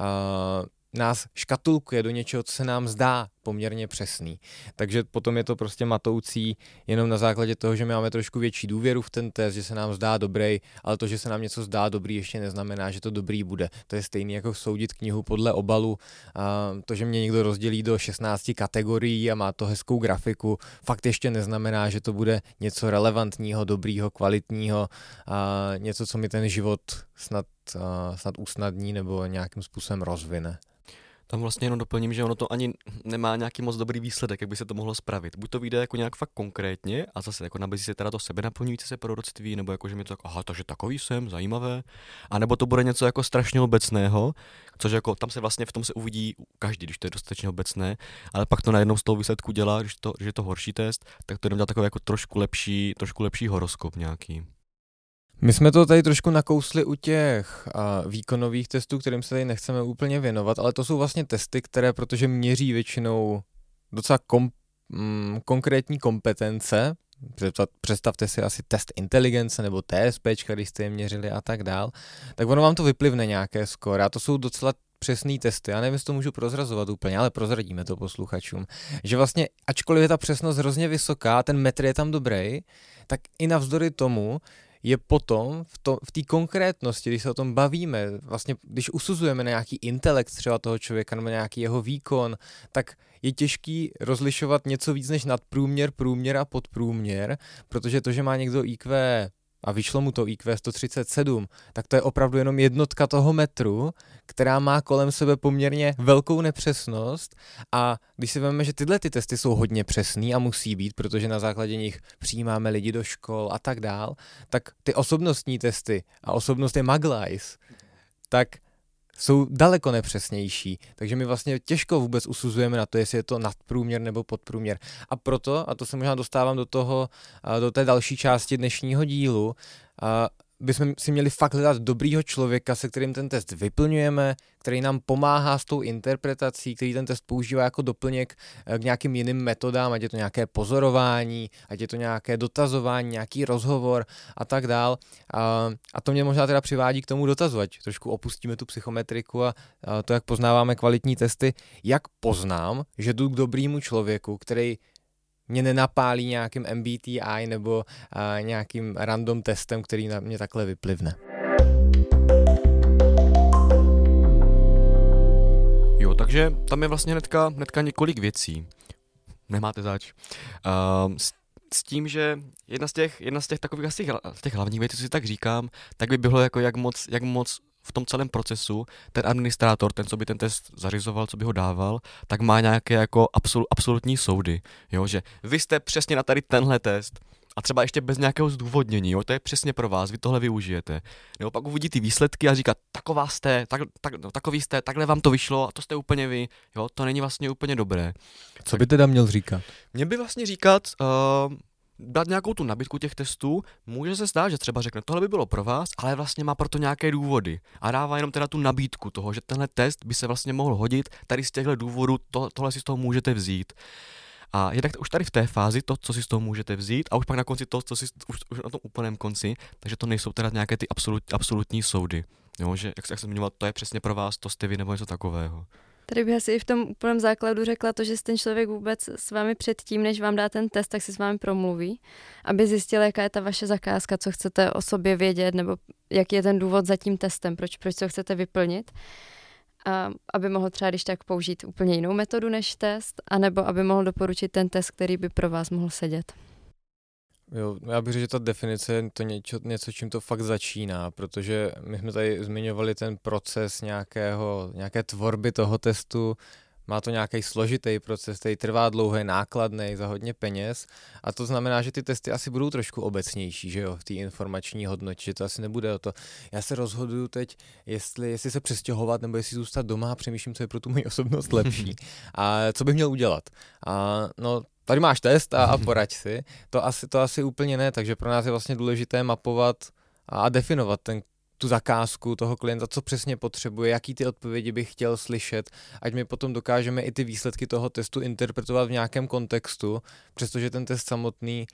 nás škatulkuje do něčeho, co se nám zdá poměrně přesný. Takže potom je to prostě matoucí jenom na základě toho, že my máme trošku větší důvěru v ten test, že se nám zdá dobrý, ale to, že se nám něco zdá dobrý, ještě neznamená, že to dobrý bude. To je stejný jako soudit knihu podle obalu. To, že mě někdo rozdělí do 16 kategorií a má to hezkou grafiku, fakt ještě neznamená, že to bude něco relevantního, dobrýho, kvalitního, něco, co mi ten život snad usnadní nebo nějakým způsobem rozvine. Tam vlastně jenom doplním, že ono to ani nemá nějaký moc dobrý výsledek, jak by se to mohlo spravit. Buď to vyjde jako nějak fakt konkrétně a zase jako nabízí se teda to sebenaplňující se proroctví, nebo jako, že mi to jako, takže takový jsem, zajímavé, a nebo to bude něco jako strašně obecného, což jako tam se vlastně v tom se uvidí každý, když to je dostatečně obecné, ale pak to najednou z toho výsledku dělá, když je to horší test, tak to jenom dělá takový jako trošku lepší horoskop nějaký. My jsme to tady trošku nakousli u těch výkonových testů, kterým se tady nechceme úplně věnovat, ale to jsou vlastně testy, které, protože měří většinou docela konkrétní kompetence, představte si asi test inteligence nebo TSP, když jste je měřili a tak dál, tak ono vám to vyplivne nějaké skóre a to jsou docela přesný testy. Já nevím, jestli to můžu prozrazovat úplně, ale prozradíme to posluchačům. Že vlastně, ačkoliv je ta přesnost hrozně vysoká, ten metr je tam dobrý, tak i navzdory tomu je potom v té konkrétnosti, když se o tom bavíme, vlastně když usuzujeme na nějaký intelekt třeba toho člověka nebo nějaký jeho výkon, tak je těžký rozlišovat něco víc než nadprůměr, průměr a podprůměr, protože to, že má někdo IQ a vyšlo mu to IQ 137, tak to je opravdu jenom jednotka toho metru, která má kolem sebe poměrně velkou nepřesnost a když si vezmeme, že tyhle ty testy jsou hodně přesný a musí být, protože na základě nich přijímáme lidi do škol a tak dál, tak ty osobnostní testy a osobnost je Maglajs, tak jsou daleko nepřesnější, takže my vlastně těžko vůbec usuzujeme na to, jestli je to nadprůměr nebo podprůměr. A proto, a to se možná dostávám do té další části dnešního dílu, bychom si měli fakt hledat dobrýho člověka, se kterým ten test vyplňujeme, který nám pomáhá s tou interpretací, který ten test používá jako doplněk k nějakým jiným metodám, ať je to nějaké pozorování, ať je to nějaké dotazování, nějaký rozhovor a tak dál. A to mě možná teda přivádí k tomu dotazu, ať trošku opustíme tu psychometriku a to, jak poznáváme kvalitní testy. Jak poznám, že jdu k dobrýmu člověku, který mě nenapálí nějakým MBTI nebo nějakým random testem, který na mě takhle vyplivne. Jo, takže tam je vlastně hnedka několik věcí. Nemáte zač. S tím, že jedna z těch takových asi těch hlavních věcí, co si tak říkám, tak by bylo jako jak moc v tom celém procesu ten administrátor, ten, co by ten test zařizoval, co by ho dával, tak má nějaké jako absolutní soudy, jo, že vy jste přesně na tady tenhle test a třeba ještě bez nějakého zdůvodnění, jo, to je přesně pro vás, vy tohle využijete. Nebo pak uvidí ty výsledky a říká, takový jste, takhle vám to vyšlo a to jste úplně vy, jo, to není vlastně úplně dobré. Co by teda měl říkat? Mě by vlastně říkat, dát nějakou tu nabídku těch testů, může se stát, že třeba řekne, tohle by bylo pro vás, ale vlastně má proto nějaké důvody a dává jenom teda tu nabídku toho, že tenhle test by se vlastně mohl hodit, tady z těchto důvodů tohle si z toho můžete vzít. A jednak už tady v té fázi to, co si z toho můžete vzít a už pak na konci to, co si už na tom úplném konci, takže to nejsou teda nějaké ty absolutní soudy, jo, že jak jsem zmiňoval, to je přesně pro vás, to jste vy nebo něco takového. Tady bych asi i v tom úplném základu řekla to, že ten člověk vůbec s vámi předtím, než vám dá ten test, tak si s vámi promluví, aby zjistil, jaká je ta vaše zakázka, co chcete o sobě vědět, nebo jaký je ten důvod za tím testem, proč to chcete vyplnit. A aby mohl třeba když tak použít úplně jinou metodu než test, anebo aby mohl doporučit ten test, který by pro vás mohl sedět. Jo, já bych řekl, že ta definice je to něco, čím to fakt začíná, protože my jsme tady zmiňovali ten proces nějaké tvorby toho testu, má to nějaký složitý proces, který trvá dlouho, je nákladný za hodně peněz a to znamená, že ty testy asi budou trošku obecnější, že jo, v té informační hodnotě, že to asi nebude o to, já se rozhoduju teď, jestli se přestěhovat nebo jestli zůstat doma a přemýšlím, co je pro tu moji osobnost lepší a co bych měl udělat. A no, tady máš test a poraď si, to asi úplně ne, takže pro nás je vlastně důležité mapovat a definovat tu zakázku toho klienta, co přesně potřebuje, jaký ty odpovědi bych chtěl slyšet, ať my potom dokážeme i ty výsledky toho testu interpretovat v nějakém kontextu, přestože ten test samotný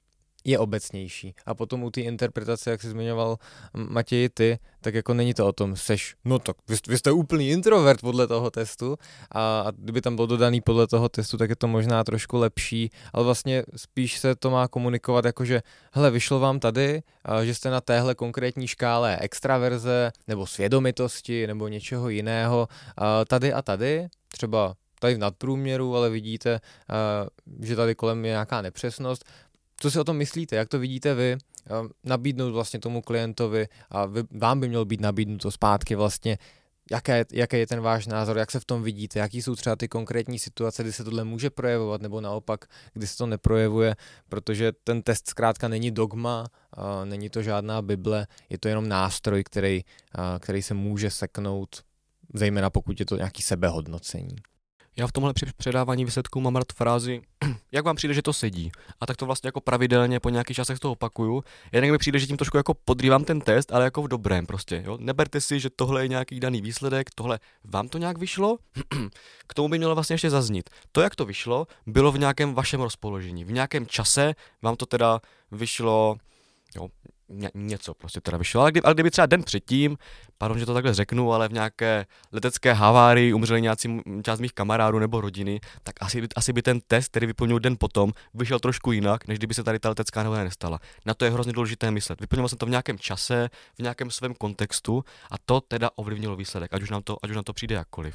je obecnější. A potom u té interpretace, jak jsi zmiňoval Matěj ty, tak jako není to o tom, no tak vy jste úplný introvert podle toho testu a kdyby tam bylo dodaný podle toho testu, tak je to možná trošku lepší, ale vlastně spíš se to má komunikovat jako, že hele, vyšlo vám tady, že jste na téhle konkrétní škále extraverze nebo svědomitosti nebo něčeho jiného tady a tady, třeba tady v nadprůměru, ale vidíte, že tady kolem je nějaká nepřesnost. Co si o tom myslíte, jak to vidíte vy, nabídnout vlastně tomu klientovi a vám by mělo být nabídnuto zpátky vlastně, jaký je ten váš názor, jak se v tom vidíte, jaký jsou třeba ty konkrétní situace, kdy se tohle může projevovat, nebo naopak, kdy se to neprojevuje, protože ten test zkrátka není dogma, není to žádná bible, je to jenom nástroj, který se může seknout, zejména pokud je to nějaký sebehodnocení. Já v tomhle při předávání výsledků mám rád frázi, jak vám přijde, že to sedí. A tak to vlastně jako pravidelně po nějakých časech to opakuju. Jednak mi přijde, že tím trošku jako podrývám ten test, ale jako v dobrém prostě. Jo? Neberte si, že tohle je nějaký daný výsledek, tohle vám to nějak vyšlo, k tomu by mělo vlastně ještě zaznít. To, jak to vyšlo, bylo v nějakém vašem rozpoložení. V nějakém čase vám to teda vyšlo, jo, něco prostě teda vyšlo. Ale kdyby třeba den předtím, pardon, že to takhle řeknu, ale v nějaké letecké havárii umřeli nějací část mých kamarádů nebo rodiny, tak asi by ten test, který vyplnil den potom, vyšel trošku jinak, než kdyby se tady ta letecká nehoda nestala. Na to je hrozně důležité myslet. Vyplnil jsem to v nějakém čase, v nějakém svém kontextu a to teda ovlivnilo výsledek, ať už nám to přijde jakkoliv.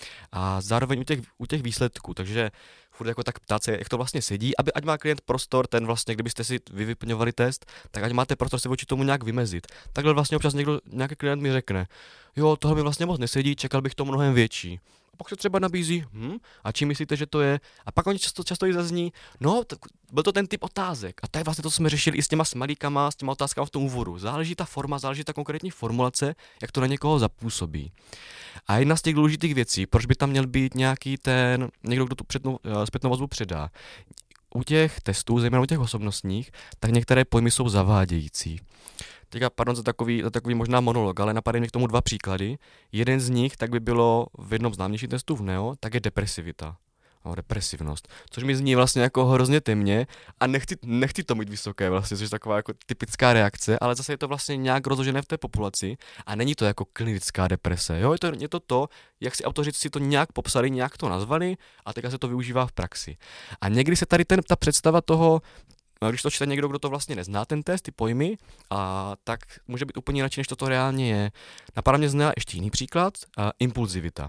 A zároveň u těch výsledků, takže furt jako tak ptát se, jak to vlastně sedí, ať má klient prostor, ten vlastně, kdybyste si vyplňovali test, tak ať máte prostor se vůči tomu nějak vymezit. Takhle vlastně občas nějaký klient mi řekne, jo, tohle mi vlastně moc nesedí, čekal bych to mnohem větší. A pak se třeba nabízí, a čím myslíte, že to je? A pak oni často i zazní, no, byl to ten typ otázek. A to je vlastně to, co jsme řešili i s těma smalíkama, s těma otázkama v tom úvodu. Záleží ta forma, záleží ta konkrétní formulace, jak to na někoho zapůsobí. A jedna z těch důležitých věcí, proč by tam měl být někdo, kdo tu zpětnou vazbu předá. U těch testů, zejména u těch osobnostních, tak některé pojmy jsou zavádějící. Teďka, pardon za takový možná monolog, ale napadají mi k tomu 2 příklady. Jeden z nich tak by bylo v jednom známějších testů v NEO, tak je depresivita. No, depresivnost. Což mi zní vlastně jako hrozně temně a nechci to mít vysoké vlastně, což je taková jako typická reakce, ale zase je to vlastně nějak rozložené v té populaci a není to jako klinická deprese. Jo? Je to, jak si autoři si to nějak popsali, nějak to nazvali a teďka se to využívá v praxi. A někdy se tady ta představa toho, když to čte někdo, kdo to vlastně nezná, ten test, ty pojmy, tak může být úplně jinak, než to reálně je. Napadá mě zná ještě jiný příklad, impulzivita.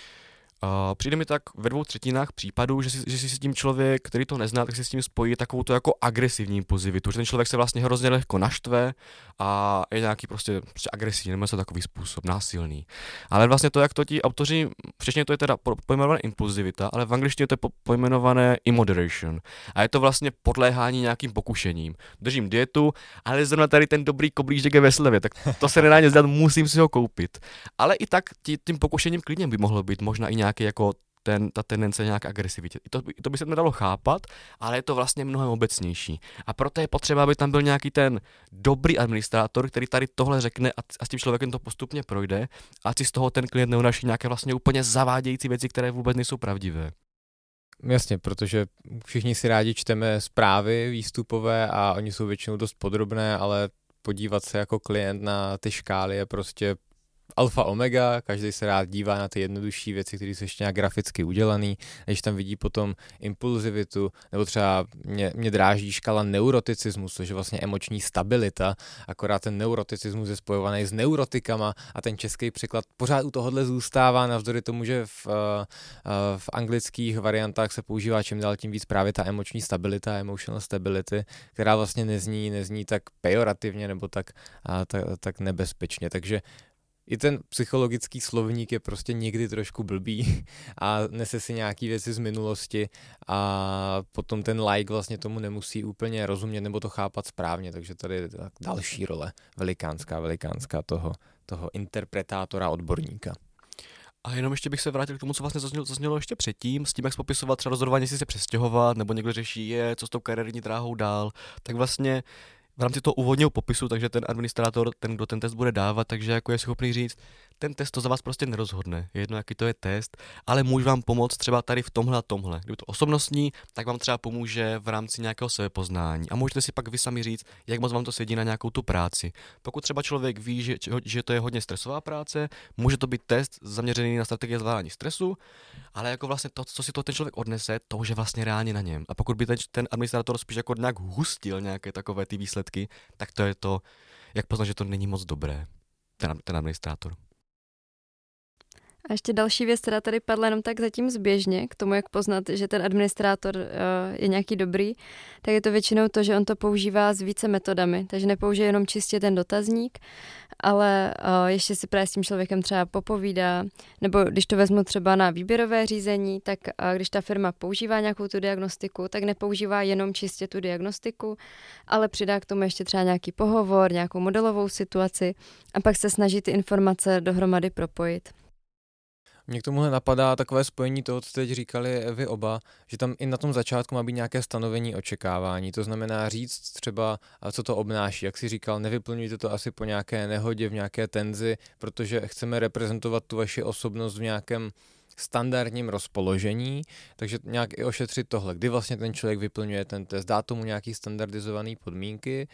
Přijde mi tak ve 2/3 případů, že si s tím člověk, který to nezná, tak si s tím spojí takovou to jako agresivní impulzivitu, že ten člověk se vlastně hrozně lehko naštve a je nějaký prostě agresivní, nebo se takový způsob, násilný. Ale vlastně to, jak to ti autoři, včetně to je teda pojmenované impulzivita, ale v angličtině to je pojmenované immoderation. A je to vlastně podléhání nějakým pokušením. Držím dietu, ale zrovna tady ten dobrý koblížek je ve slevě, tak to se nedá nic dělat, musím si ho koupit. Ale i tak tím pokušením klidně by mohlo být možná i nějaký jako ta tendence nějak agresivitě. To by se nedalo chápat, ale je to vlastně mnohem obecnější. A proto je potřeba, aby tam byl nějaký ten dobrý administrátor, který tady tohle řekne a s tím člověkem to postupně projde a si z toho ten klient neunáší nějaké vlastně úplně zavádějící věci, které vůbec nejsou pravdivé. Jasně, protože všichni si rádi čteme zprávy výstupové a oni jsou většinou dost podrobné, ale podívat se jako klient na ty škály je prostě alfa omega, každý se rád dívá na ty jednodušší věci, které jsou ještě nějak graficky udělaný, když tam vidí potom impulzivitu, nebo třeba mě dráží škala neuroticismus, což je vlastně emoční stabilita, akorát ten neuroticismus je spojovaný s neurotikama a ten český překlad pořád u tohohle zůstává, navzdory tomu, že v anglických variantách se používá čím dál tím víc právě ta emoční stabilita, emotional stability, která vlastně nezní tak pejorativně nebo tak nebezpečně, takže i ten psychologický slovník je prostě někdy trošku blbý a nese si nějaký věci z minulosti a potom ten laik vlastně tomu nemusí úplně rozumět nebo to chápat správně, takže tady je další role velikánská toho interpretátora, odborníka. A jenom ještě bych se vrátil k tomu, co vlastně zaznělo ještě předtím, s tím, jak popisovat třeba rozhodování, jestli se přestěhovat, nebo někdo řeší, co s tou kariérní dráhou dál, tak vlastně v rámci toho úvodního popisu, takže ten administrátor, kdo ten test bude dávat, takže jako je schopný říct, ten test to za vás prostě nerozhodne, je jedno, jaký to je test, ale může vám pomoct třeba tady v tomhle a tomhle. Kdyby to osobnostní, tak vám třeba pomůže v rámci nějakého sebepoznání a můžete si pak vy sami říct, jak moc vám to sedí na nějakou tu práci. Pokud třeba člověk ví, že to je hodně stresová práce, může to být test zaměřený na strategie zvládání stresu, ale jako vlastně to, co si to ten člověk odnese, to už je vlastně reálně na něm. A pokud by ten administrátor spíš jako nějak hustil nějaké takové ty výsledky, tak to je to, jak poznat, že to není moc dobré, ten administrátor. A ještě další věc, která tady padla jenom tak zatím zběžně, k tomu, jak poznat, že ten administrátor je nějaký dobrý, tak je to většinou to, že on to používá s více metodami, takže nepoužije jenom čistě ten dotazník, ale ještě si právě s tím člověkem třeba popovídá, nebo když to vezmu třeba na výběrové řízení, tak když ta firma používá nějakou tu diagnostiku, tak nepoužívá jenom čistě tu diagnostiku, ale přidá k tomu ještě třeba nějaký pohovor, nějakou modelovou situaci a pak se snaží ty informace dohromady propojit. Mně k tomuhle napadá takové spojení toho, co teď říkali vy oba, že tam i na tom začátku má být nějaké stanovení očekávání. To znamená říct třeba, co to obnáší. Jak si říkal, nevyplňujte to asi po nějaké nehodě, v nějaké tenzi, protože chceme reprezentovat tu vaši osobnost v nějakém standardním rozpoložení, takže nějak i ošetřit tohle, kdy vlastně ten člověk vyplňuje ten test, dá tomu nějaký standardizovaný podmínky,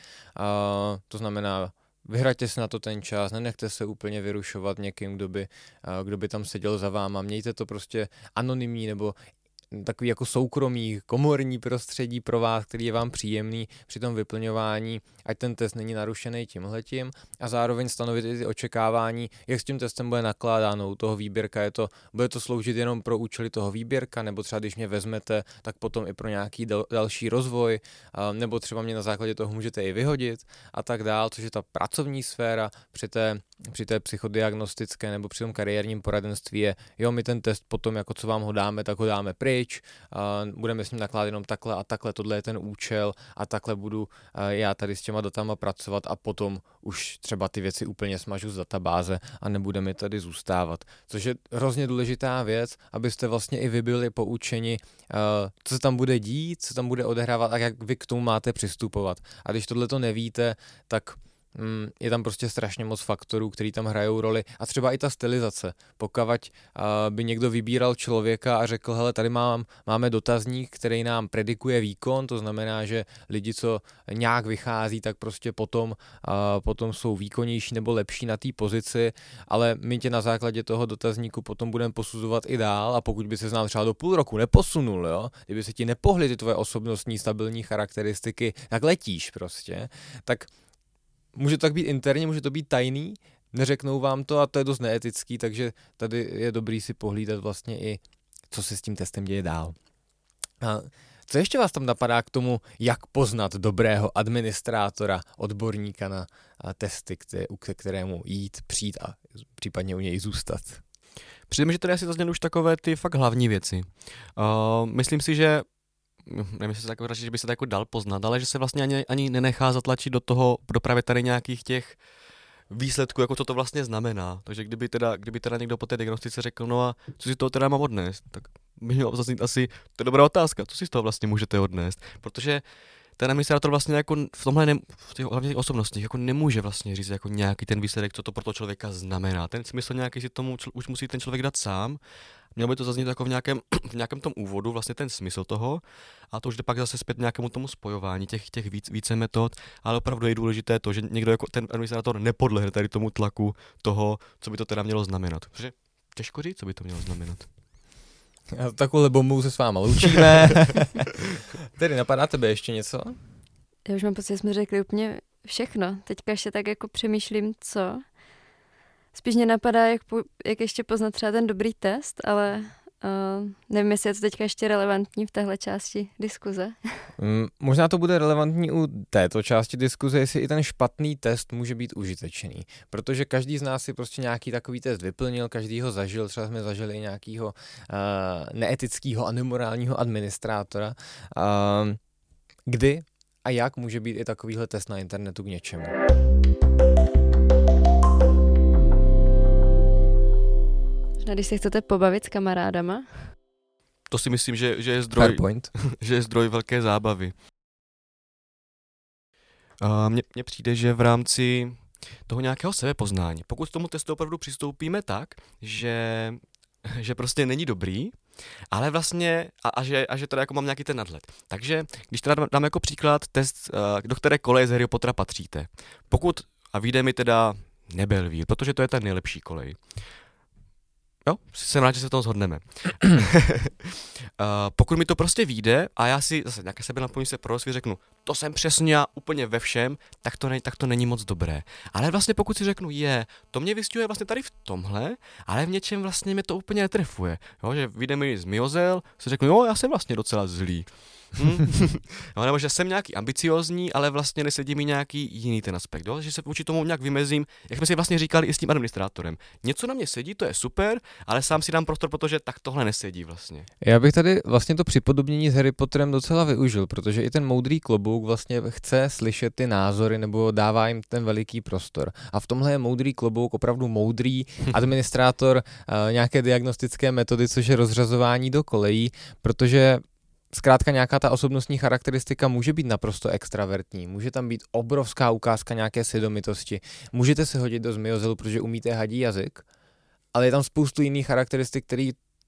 to znamená, vyhraďte si na to ten čas, nenechte se úplně vyrušovat někým, kdo by tam seděl za váma, mějte to prostě anonymní nebo takový jako soukromý, komorní prostředí pro vás, který je vám příjemný při tom vyplňování, ať ten test není narušený tímhletím a zároveň stanovit i ty očekávání, jak s tím testem bude nakládáno. U toho výběrka bude to sloužit jenom pro účely toho výběrka, nebo třeba když mě vezmete, tak potom i pro nějaký další rozvoj, nebo třeba mě na základě toho můžete i vyhodit a tak dál, což je ta pracovní sféra při té psychodiagnostické nebo při tom kariérním poradenství je, jo, my ten test potom, jako co vám ho dáme, tak ho dáme pryč, budeme s ním nakládat jenom takhle a takhle, tohle je ten účel a takhle budu já tady s těma datama pracovat a potom už třeba ty věci úplně smažu z databáze a nebudeme tady zůstávat. Což je hrozně důležitá věc, abyste vlastně i vy byli poučeni, co se tam bude dít, co tam bude odehrávat a jak vy k tomu máte přistupovat. A když tohle to nevíte, tak je tam prostě strašně moc faktorů, který tam hrajou roli a třeba i ta stylizace. Pokud by někdo vybíral člověka a řekl, hele, tady máme dotazník, který nám predikuje výkon, to znamená, že lidi, co nějak vychází, tak prostě potom jsou výkonnější nebo lepší na té pozici, ale my tě na základě toho dotazníku potom budeme posuzovat i dál a pokud by se nám třeba do půl roku neposunul, jo, kdyby se ti nepohly ty tvoje osobnostní stabilní charakteristiky, tak letíš prostě, tak může to tak být interně, může to být tajný, neřeknou vám to a to je dost neetický, takže tady je dobrý si pohlídat vlastně i, co se s tím testem děje dál. A co ještě vás tam napadá k tomu, jak poznat dobrého administrátora, odborníka na testy, ke kterému jít, přijít a případně u něj zůstat? Přijde mi, že tady asi zazněly už takové ty fakt hlavní věci. Myslím si, že nevím, jestli se tak radši, že by se to jako dal poznat, ale že se vlastně ani nenechá zatlačit do právě tady nějakých těch výsledků, jako co to vlastně znamená. Takže kdyby teda někdo po té diagnostice řekl, no a co si z toho teda mám odnést, tak by mělo zaznít asi, to je dobrá otázka, co si z toho vlastně můžete odnést, protože ten administrátor vlastně jako v těch hlavně osobnostních jako nemůže vlastně říct jako nějaký ten výsledek, co to pro toho člověka znamená. Ten smysl nějaký si tomu už musí ten člověk dát sám. Mělo by to zaznít jako v nějakém tom úvodu, vlastně ten smysl toho, a to už jde pak zase zpět nějakému tomu spojování těch více metod, ale opravdu je důležité to, že někdo jako ten administrátor nepodlehne tady tomu tlaku toho, co by to teda mělo znamenat. Protože těžko říct, co by to mělo znamenat. A takovou bombou se s váma loučíme. Tedy napadá tebe ještě něco? Já už mám pocit, že jsme řekli úplně všechno. Teďka ještě tak jako přemýšlím, co. Spíš mě napadá, jak ještě poznat třeba ten dobrý test, ale nevím, jestli je to teďka ještě relevantní v téhle části diskuze. Možná to bude relevantní u této části diskuze, jestli i ten špatný test může být užitečný. Protože každý z nás si prostě nějaký takový test vyplnil, každý ho zažil, třeba jsme zažili i nějakýho neetického a nemorálního administrátora. Kdy a jak může být i takovýhle test na internetu k něčemu? Když se chcete pobavit s kamarádama? To si myslím, že je zdroj, že je zdroj velké zábavy. Mně přijde, že v rámci toho nějakého sebepoznání, pokud k tomu testu opravdu přistoupíme tak, že prostě není dobrý, ale vlastně, a že teda jako mám nějaký ten nadhled. Takže, když teda dám jako příklad test, do které koleje z Harryho Pottera patříte. Pokud, a vyjde mi teda Nebelvír, protože to je ta nejlepší kolej. Jo, jsem rád, že se v tom shodneme. Pokud mi to prostě vyjde a já si zase nějaké sebe naplní se prosví řeknu, to jsem přesně já úplně ve všem, tak to není moc dobré. Ale vlastně pokud si řeknu, to mě vystihuje vlastně tady v tomhle, ale v něčem vlastně mě to úplně netrefuje. Jo, že vyjde mi zmiozel, si řeknu, já jsem vlastně docela zlý. Nebo že jsem nějaký ambiciózní, ale vlastně nesedí mi nějaký jiný ten aspekt, jo? Že se vůči tomu nějak vymezím, jak jsme si vlastně říkali i s tím administrátorem. Něco na mě sedí, to je super, ale sám si dám prostor, protože tak tohle nesedí vlastně. Já bych tady vlastně to připodobnění s Harry Potterem docela využil, protože i ten moudrý klobouk vlastně chce slyšet ty názory nebo dává jim ten veliký prostor. A v tomhle je moudrý klobouk opravdu moudrý administrátor nějaké diagnostické metody, což je rozřazování do kolejí, protože zkrátka nějaká ta osobnostní charakteristika může být naprosto extravertní, může tam být obrovská ukázka nějaké svědomitosti, můžete se hodit do zmiozelu, protože umíte hadí jazyk, ale je tam spoustu jiných charakteristik, které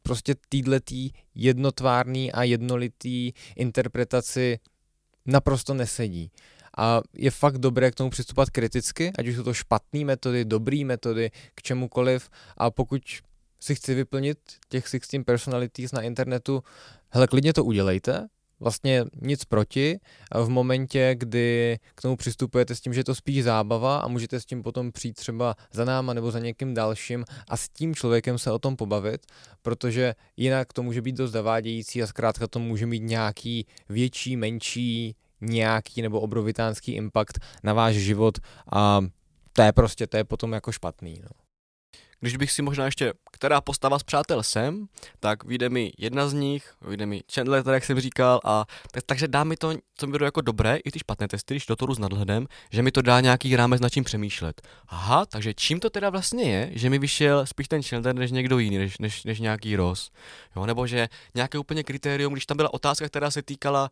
prostě týhletý jednotvárný a jednolitý interpretaci naprosto nesedí. A je fakt dobré k tomu přistupovat kriticky, ať už jsou to špatné metody, dobré metody, k čemukoliv. A pokud si chci vyplnit těch 16 personalities na internetu, hele, klidně to udělejte, vlastně nic proti, v momentě, kdy k tomu přistupujete s tím, že je to spíš zábava a můžete s tím potom přijít třeba za náma nebo za někým dalším a s tím člověkem se o tom pobavit, protože jinak to může být dost zavádějící a zkrátka to může mít nějaký větší, menší, nějaký nebo obrovitánský impact na váš život a to je potom jako špatný. No. Když bych si možná ještě, která postava z přátel jsem, tak vyjde mi jedna z nich, vyjde mi Chandler, jak jsem říkal, a takže dá mi to, co mi bylo jako dobré, i ty špatné testy, když do toho jdu s nadhledem, že mi to dá nějaký rámec nad čím přemýšlet. Aha, takže čím to teda vlastně je, že mi vyšel spíš ten Chandler než někdo jiný, než nějaký Ross. Jo, nebo že nějaké úplně kritérium, když tam byla otázka, která se týkala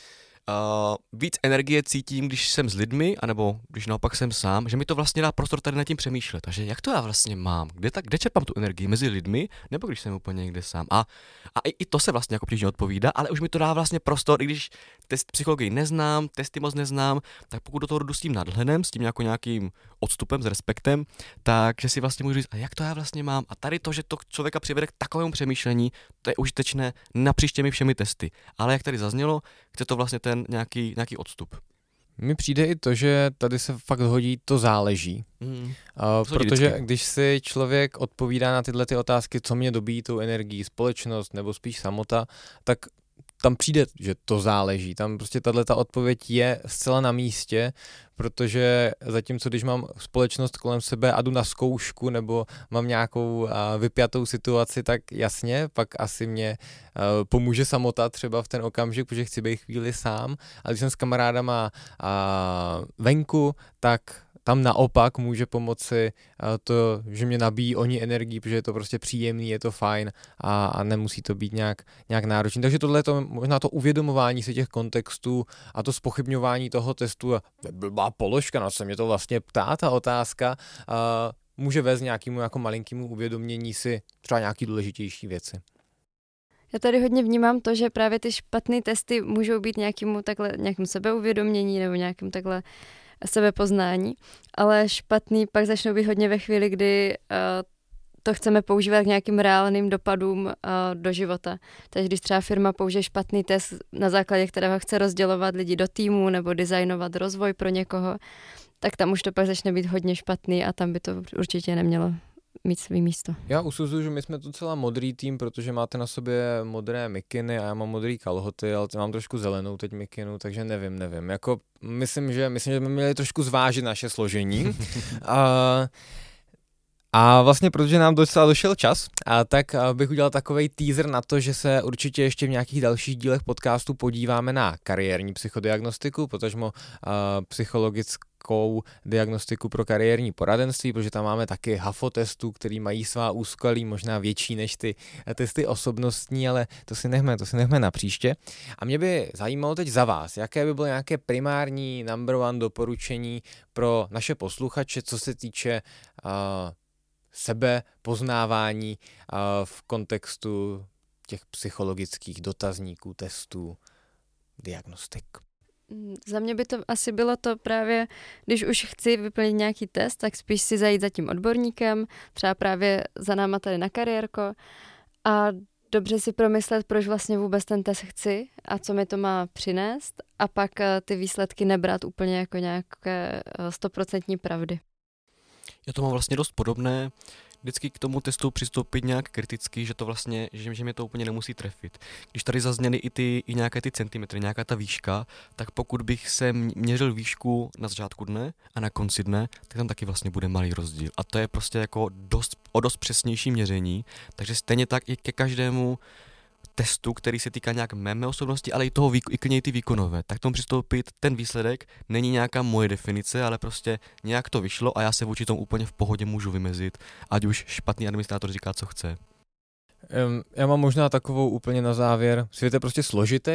víc energie cítím, když jsem s lidmi, anebo když naopak jsem sám, že mi to vlastně dá prostor tady nad tím přemýšlet. Takže jak to já vlastně mám? Kde čerpám tu energii? Mezi lidmi, nebo když jsem úplně někde sám? A i to se vlastně jako obtížně odpovídá, ale už mi to dá vlastně prostor, i když test psychologii neznám, testy moc neznám, tak pokud do toho jdu s tím nadhledem, s tím jako nějakým odstupem, s respektem, takže si vlastně můžu říct, a jak to já vlastně mám? A tady to, že to člověka přivede k takovému přemýšlení, to je užitečné napříč těmi všemi testy. Ale jak tady zaznělo, chce to vlastně ten nějaký odstup. Mně přijde i to, že tady se fakt hodí to záleží. Protože když si člověk odpovídá na tyhle ty otázky, co mě dobíjí tou energií, společnost nebo spíš samota, tak tam přijde, že to záleží. Tam prostě tato odpověď je zcela na místě, protože zatímco když mám společnost kolem sebe a jdu na zkoušku nebo mám nějakou vypjatou situaci, tak jasně, pak asi mě pomůže samota třeba v ten okamžik, protože chci být chvíli sám, ale když jsem s kamarádama venku, tak tam naopak může pomoci to, že mě nabíjí oni energii, protože je to prostě příjemný, je to fajn a nemusí to být nějak náročný. Takže tohle je to možná to uvědomování si těch kontextů a to zpochybňování toho testu a blbá položka, na co mě to vlastně ptá ta otázka, může vést nějakému jako malinkému uvědomění si třeba nějaký důležitější věci. Já tady hodně vnímám to, že právě ty špatné testy můžou být nějakým sebeuvědomění nebo nějakým takhle sebepoznání, ale špatný pak začnou být hodně ve chvíli, kdy to chceme používat k nějakým reálným dopadům do života. Takže když třeba firma použije špatný test, na základě kterého chce rozdělovat lidi do týmu nebo designovat rozvoj pro někoho, tak tam už to pak začne být hodně špatný a tam by to určitě nemělo mít svý místo. Já usuzuju, že my jsme docela modrý tým, protože máte na sobě modré mikiny a já mám modrý kalhoty, ale mám trošku zelenou teď mikinu, takže nevím. Jako myslím, že jsme měli trošku zvážit naše složení. A vlastně, protože nám docela došel čas, tak bych udělal takovej teaser na to, že se určitě ještě v nějakých dalších dílech podcastu podíváme na kariérní psychodiagnostiku, potažmo psychologickou diagnostiku pro kariérní poradenství, protože tam máme taky HAFO testů, který mají svá úskalí, možná větší než ty testy osobnostní, ale to si nechme na příště. A mě by zajímalo teď za vás, jaké by bylo nějaké primární number one doporučení pro naše posluchače, co se týče sebepoznávání v kontextu těch psychologických dotazníků, testů, diagnostik. Za mě by to asi bylo to právě, když už chci vyplnit nějaký test, tak spíš si zajít za tím odborníkem, třeba právě za náma tady na kariérko a dobře si promyslet, proč vlastně vůbec ten test chci a co mi to má přinést a pak ty výsledky nebrat úplně jako nějaké 100% pravdy. Já to mám vlastně dost podobné, vždycky k tomu testu přistoupit nějak kriticky, že to vlastně, že mě to úplně nemusí trefit. Když tady zazněly i nějaké ty centimetry, nějaká ta výška, tak pokud bych se měřil výšku na začátku dne a na konci dne, tak tam taky vlastně bude malý rozdíl. A to je prostě jako dost přesnější měření, takže stejně tak i ke každému testu, který se týká nějak mé osobnosti, ale i toho i klidně ty výkonové. Tak tomu přistoupit, ten výsledek není nějaká moje definice, ale prostě nějak to vyšlo a já se vůči tomu úplně v pohodě můžu vymezit, ať už špatný administrátor říká, co chce. Já mám možná takovou úplně na závěr. Svět je prostě složitý,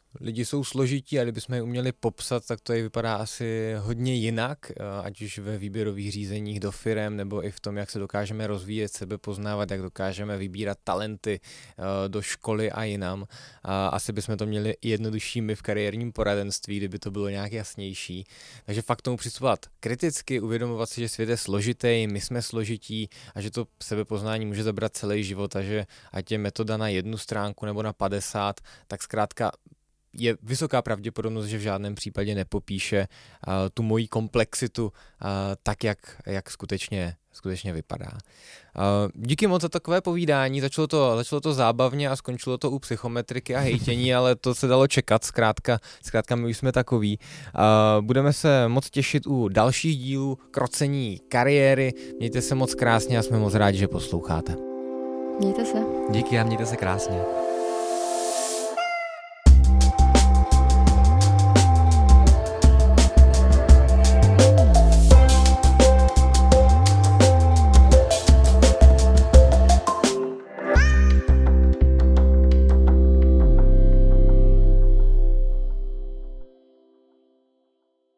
Lidi jsou složití a kdybychom je uměli popsat, tak to je vypadá asi hodně jinak, ať už ve výběrových řízeních do firem, nebo i v tom, jak se dokážeme rozvíjet, sebe poznávat, jak dokážeme vybírat talenty do školy a jinam. Asi bychom to měli jednodušší my v kariérním poradenství, kdyby to bylo nějak jasnější. Takže fakt tomu přistupovat kriticky, uvědomovat si, že svět je složitý, my jsme složití a že to sebepoznání může zabrat celý život a že ať je metoda na 1 stránku nebo na 50, tak zkrátka je vysoká pravděpodobnost, že v žádném případě nepopíše tu moji komplexitu tak, jak skutečně vypadá. Díky moc za takové povídání, začalo to zábavně a skončilo to u psychometriky a hejtění, ale to se dalo čekat, zkrátka my už jsme takový. Budeme se moc těšit u dalších dílů krocení kariéry, mějte se moc krásně a jsme moc rádi, že posloucháte. Mějte se. Díky a mějte se krásně.